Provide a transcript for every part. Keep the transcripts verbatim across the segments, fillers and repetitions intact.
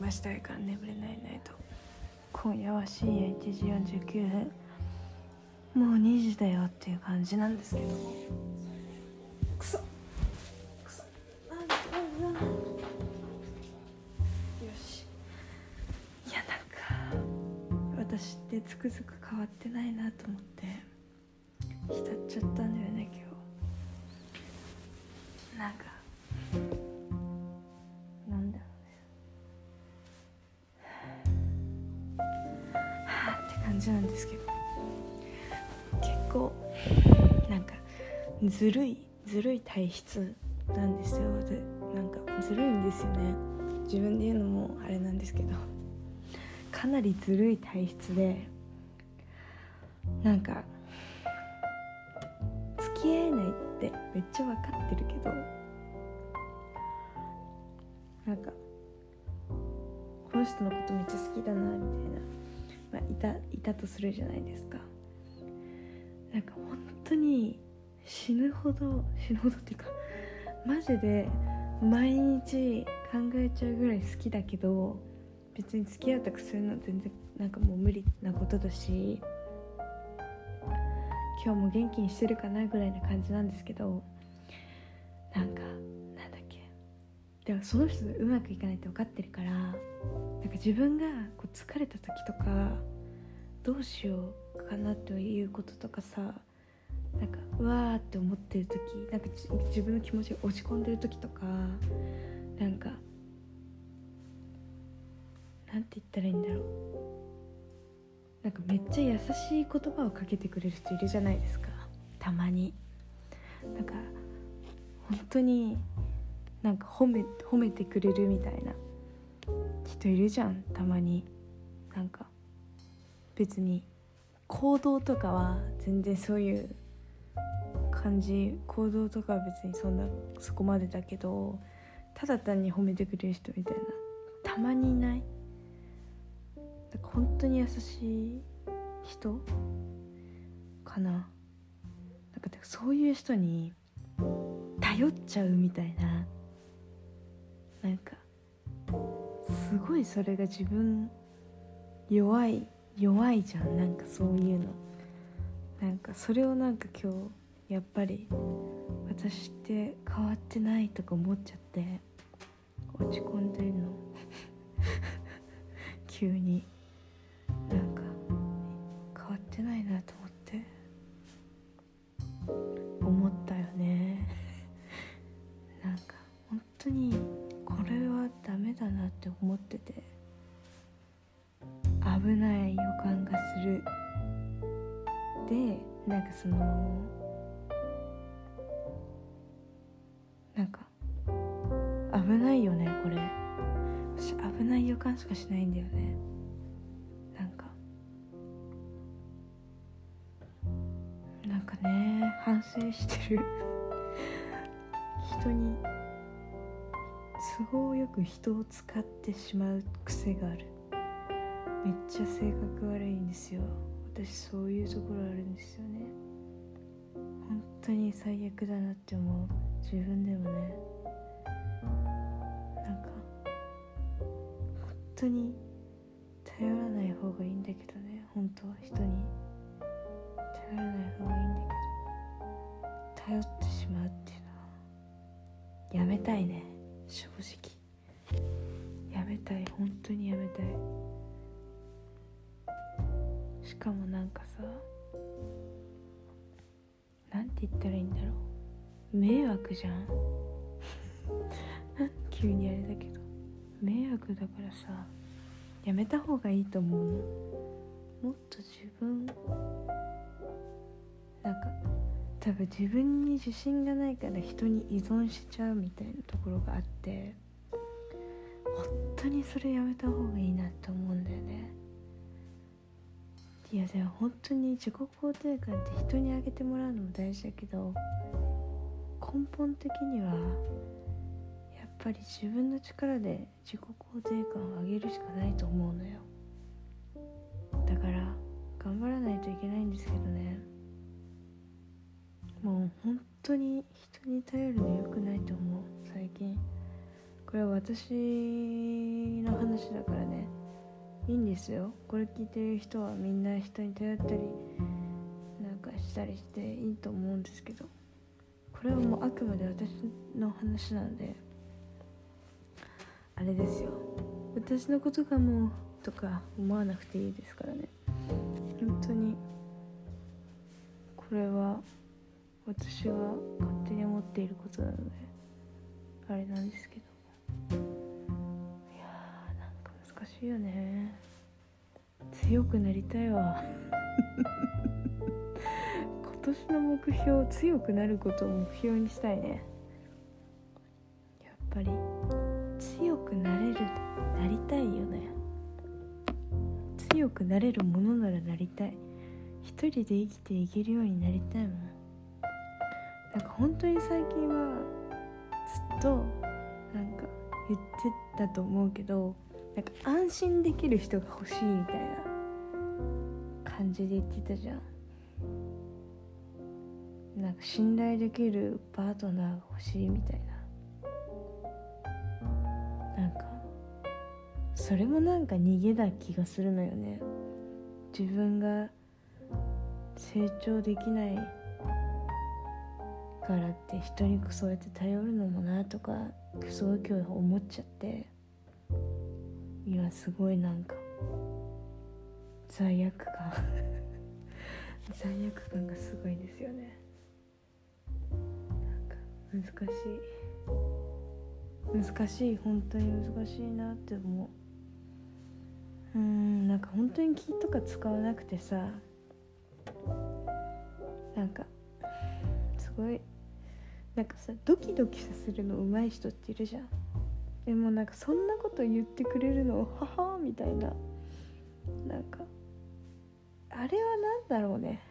話したいから眠れないないと。今夜は深夜いちじよんじゅうきゅうふん、もうにじだよっていう感じなんですけど、くそくそなんだなんだよし。いやなんか私ってつくづく変わってないなと思って浸っちゃったんだよね今日。なんかなんだろうねはぁって感じなんですけど、結構なんかずるいずるい体質なんですよ。でなんかずるいんですよね、自分で言うのもあれなんですけど、かなりずるい体質で、なんか付き合えないってめっちゃ分かってるけど、なんかこの人のことめっちゃ好きだなみたいな、まあ、いたいたとするじゃないですか。なんか本当に死ぬほど死ぬほどっていうかマジで毎日考えちゃうぐらい好きだけど、別に付き合うとかそういうの全然なんかもう無理なことだし、今日も元気にしてるかなぐらいな感じなんですけど、なんかなんだっけ、でもその人とうまくいかないって分かってるから、なんか自分がこう疲れた時とかどうしようかなということとかさ、なんかうわーって思ってる時、なんか自分の気持ちが落ち込んでる時とか、なんかなんて言ったらいいんだろう、なんかめっちゃ優しい言葉をかけてくれる人いるじゃないですか、たまに。なんか本当になんか褒め褒めてくれるみたいな人いるじゃん、たまに。なんか別に行動とかは全然そういう感じ、行動とかは別にそんなそこまでだけど、ただ単に褒めてくれる人みたいなたまにいない？だから本当に優しい人かな。なんかそういう人に頼っちゃうみたいな、なんかすごいそれが自分弱い弱いじゃん、なんかそういうの。なんかそれをなんか今日やっぱり私って変わってないとか思っちゃって落ち込んでるの急になんか変わってないなと思って思ったよねなんか本当にこれはダメだなって思ってて、危ない予感がする。でなんかそのなんか危ないよねこれ。私危ない予感しかしないんだよね。なんかなんかね反省してる人に都合よく人を使ってしまう癖がある。めっちゃ性格悪いんですよ私。そういうところあるんですよね。本当に最悪だなって思う、自分でもね。なんか本当に頼らない方がいいんだけどね、本当は人に頼らない方がいいんだけど、頼ってしまうっていうのはやめたいね、正直やめたい、本当にやめたい。しかもなんかさ、なんて言ったらいいんだろう、迷惑じゃん急にあれだけど迷惑だからさ、やめた方がいいと思うの。もっと自分なんか多分自分に自信がないから人に依存しちゃうみたいなところがあって、本当にそれやめた方がいいなって思うんだよね。いやでも本当に自己肯定感って人にあげてもらうのも大事だけど、根本的にはやっぱり自分の力で自己肯定感を上げるしかないと思うのよ。だから頑張らないといけないんですけどね。もう本当に人に頼るの良くないと思う最近。 これは私の話だからね、いいんですよ。これ聞いてる人はみんな人に頼ったりなんかしたりしていいと思うんですけど、これはもうあくまで私の話なんであれですよ、私のことかもとか思わなくていいですからね。本当にこれは私が勝手に思っていることなのであれなんですけど、いやーなんか難しいよね。強くなりたいわ今年の目標、強くなることを目標にしたいね。やっぱり強くなれるなりたいよね。強くなれるものならなりたい。一人で生きていけるようになりたいもん。なんか本当に最近はずっとなんか言ってたと思うけど、なんか安心できる人が欲しいみたいな感じで言ってたじゃん。なんか信頼できるパートナーが欲しいみたいな。なんかそれもなんか逃げな気がするのよね。自分が成長できないからって人にそうやって頼るのもなとか、そういう今日思っちゃって、今すごいなんか罪悪感罪悪感がすごいですよね。なんか難しい難しい本当に難しいなって思う。うーんなんか本当に気とか使わなくてさ、なんかすごいなんかさドキドキさせるの上手い人っているじゃん。でもなんかそんなこと言ってくれるのははみたいな、なんかあれはなんだろうね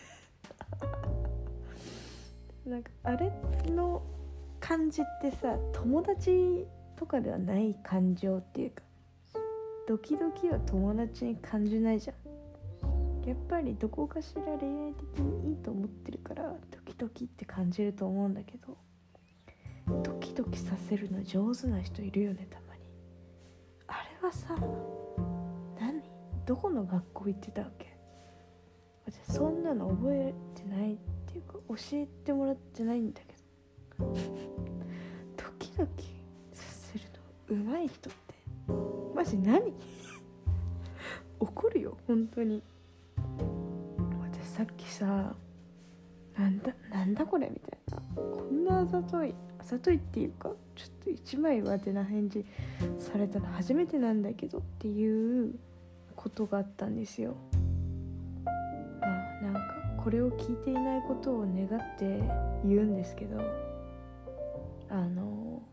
なんかあれの感じってさ、友達とかではない感情っていうか、ドキドキは友達に感じないじゃん。やっぱりどこかしら恋愛的にいいと思ってるからドキドキって感じると思うんだけど、ドキドキさせるの上手な人いるよね、たまに。あれはさ、何どこの学校行ってたわけ？私そんなの覚えてないっていうか教えてもらってないんだけどドキドキさせるの上手い人ってマジ何怒るよ本当に。私さっきさ、なんだなんだこれみたいな、こんなあざといあざといっていうかちょっと一枚上手な返事されたの初めてなんだけどっていうことがあったんですよ。あ、なんかこれを聞いていないことを願って言うんですけど、あの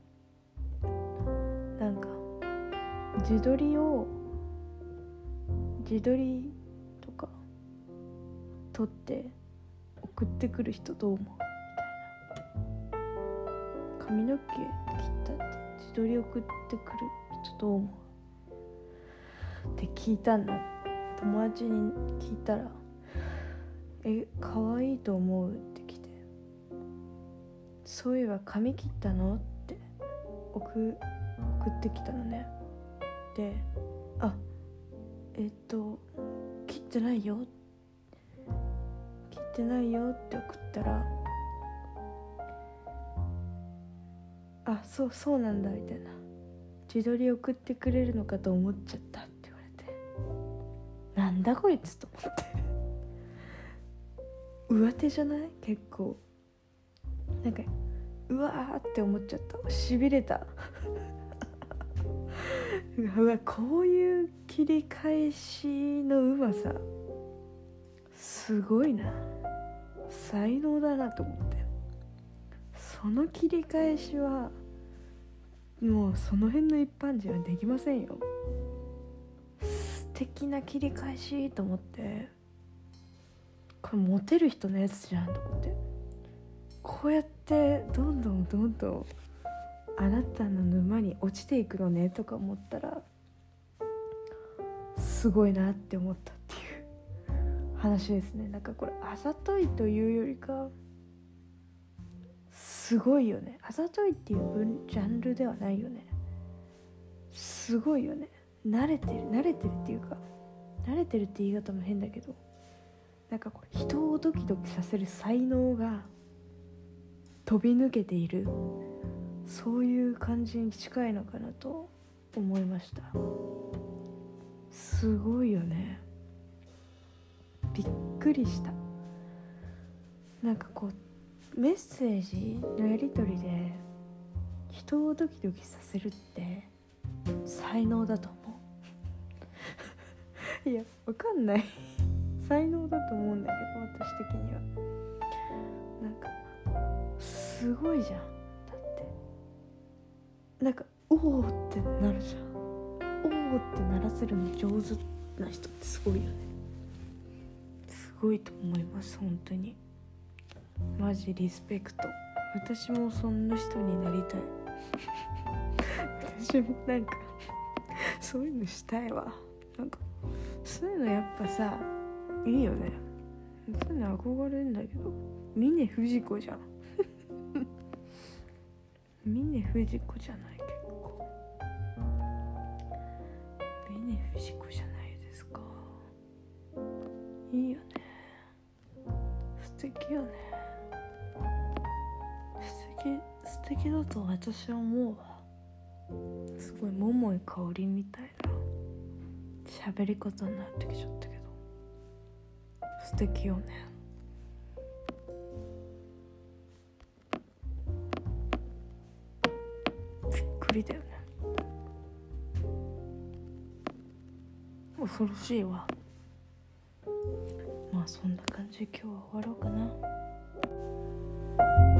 なんか自撮りを自撮りとか撮って送ってくる人どう思うみたいな。髪の毛切ったって自撮り送ってくる人どう思うって聞いたの。友達に聞いたら、え、可愛いと思うって来て、そういえば髪切ったのって送送ってきたのね。で、あ、えっと切ってないよ切ってないよって送ったら、あ、そうそうなんだみたいな、自撮り送ってくれるのかと思っちゃったって言われて、なんだこいつと思って上手じゃない？結構なんかうわーって思っちゃった。しびれたうわ、こういう切り返しのうまさすごいな、才能だなと思って。その切り返しはもうその辺の一般人はできませんよ。素敵な切り返しと思って、これモテる人のやつじゃんと思って、こうやってどんどんどんどんあなたの沼に落ちていくのねとか思ったらすごいなって思ったっていう話ですね。なんかこれあざといというよりかすすごいよね。あざといっていう分ジャンルではないよね。すごいよね。慣れてる慣れてるっていうか、慣れてるって言い方も変だけど、なんかこう人をドキドキさせる才能が飛び抜けている、そういう感じに近いのかなと思いました。すごいよね。びっくりした。なんかこうメッセージのやり取りで人をドキドキさせるって才能だと思ういやわかんない才能だと思うんだけど、私的にはなんかすごいじゃん。だってなんかおおってなるじゃん。おおってならせるの上手な人ってすごいよね。すごいと思います。本当にマジリスペクト。私もそんな人になりたい私もなんかそういうのしたいわ。なんかそういうのやっぱさいいよね。そういうの憧れるんだけど、峰不二子じゃん峰不二子じゃない、結構峰不二子じゃないですか。いいよね、素敵よね。素敵素敵だと私は思うわ。すごい桃井かおりみたいな喋り方になってきちゃったけど、素敵よね。びっくりだよね。恐ろしいわ。まあそんな感じで今日は終わろうかな。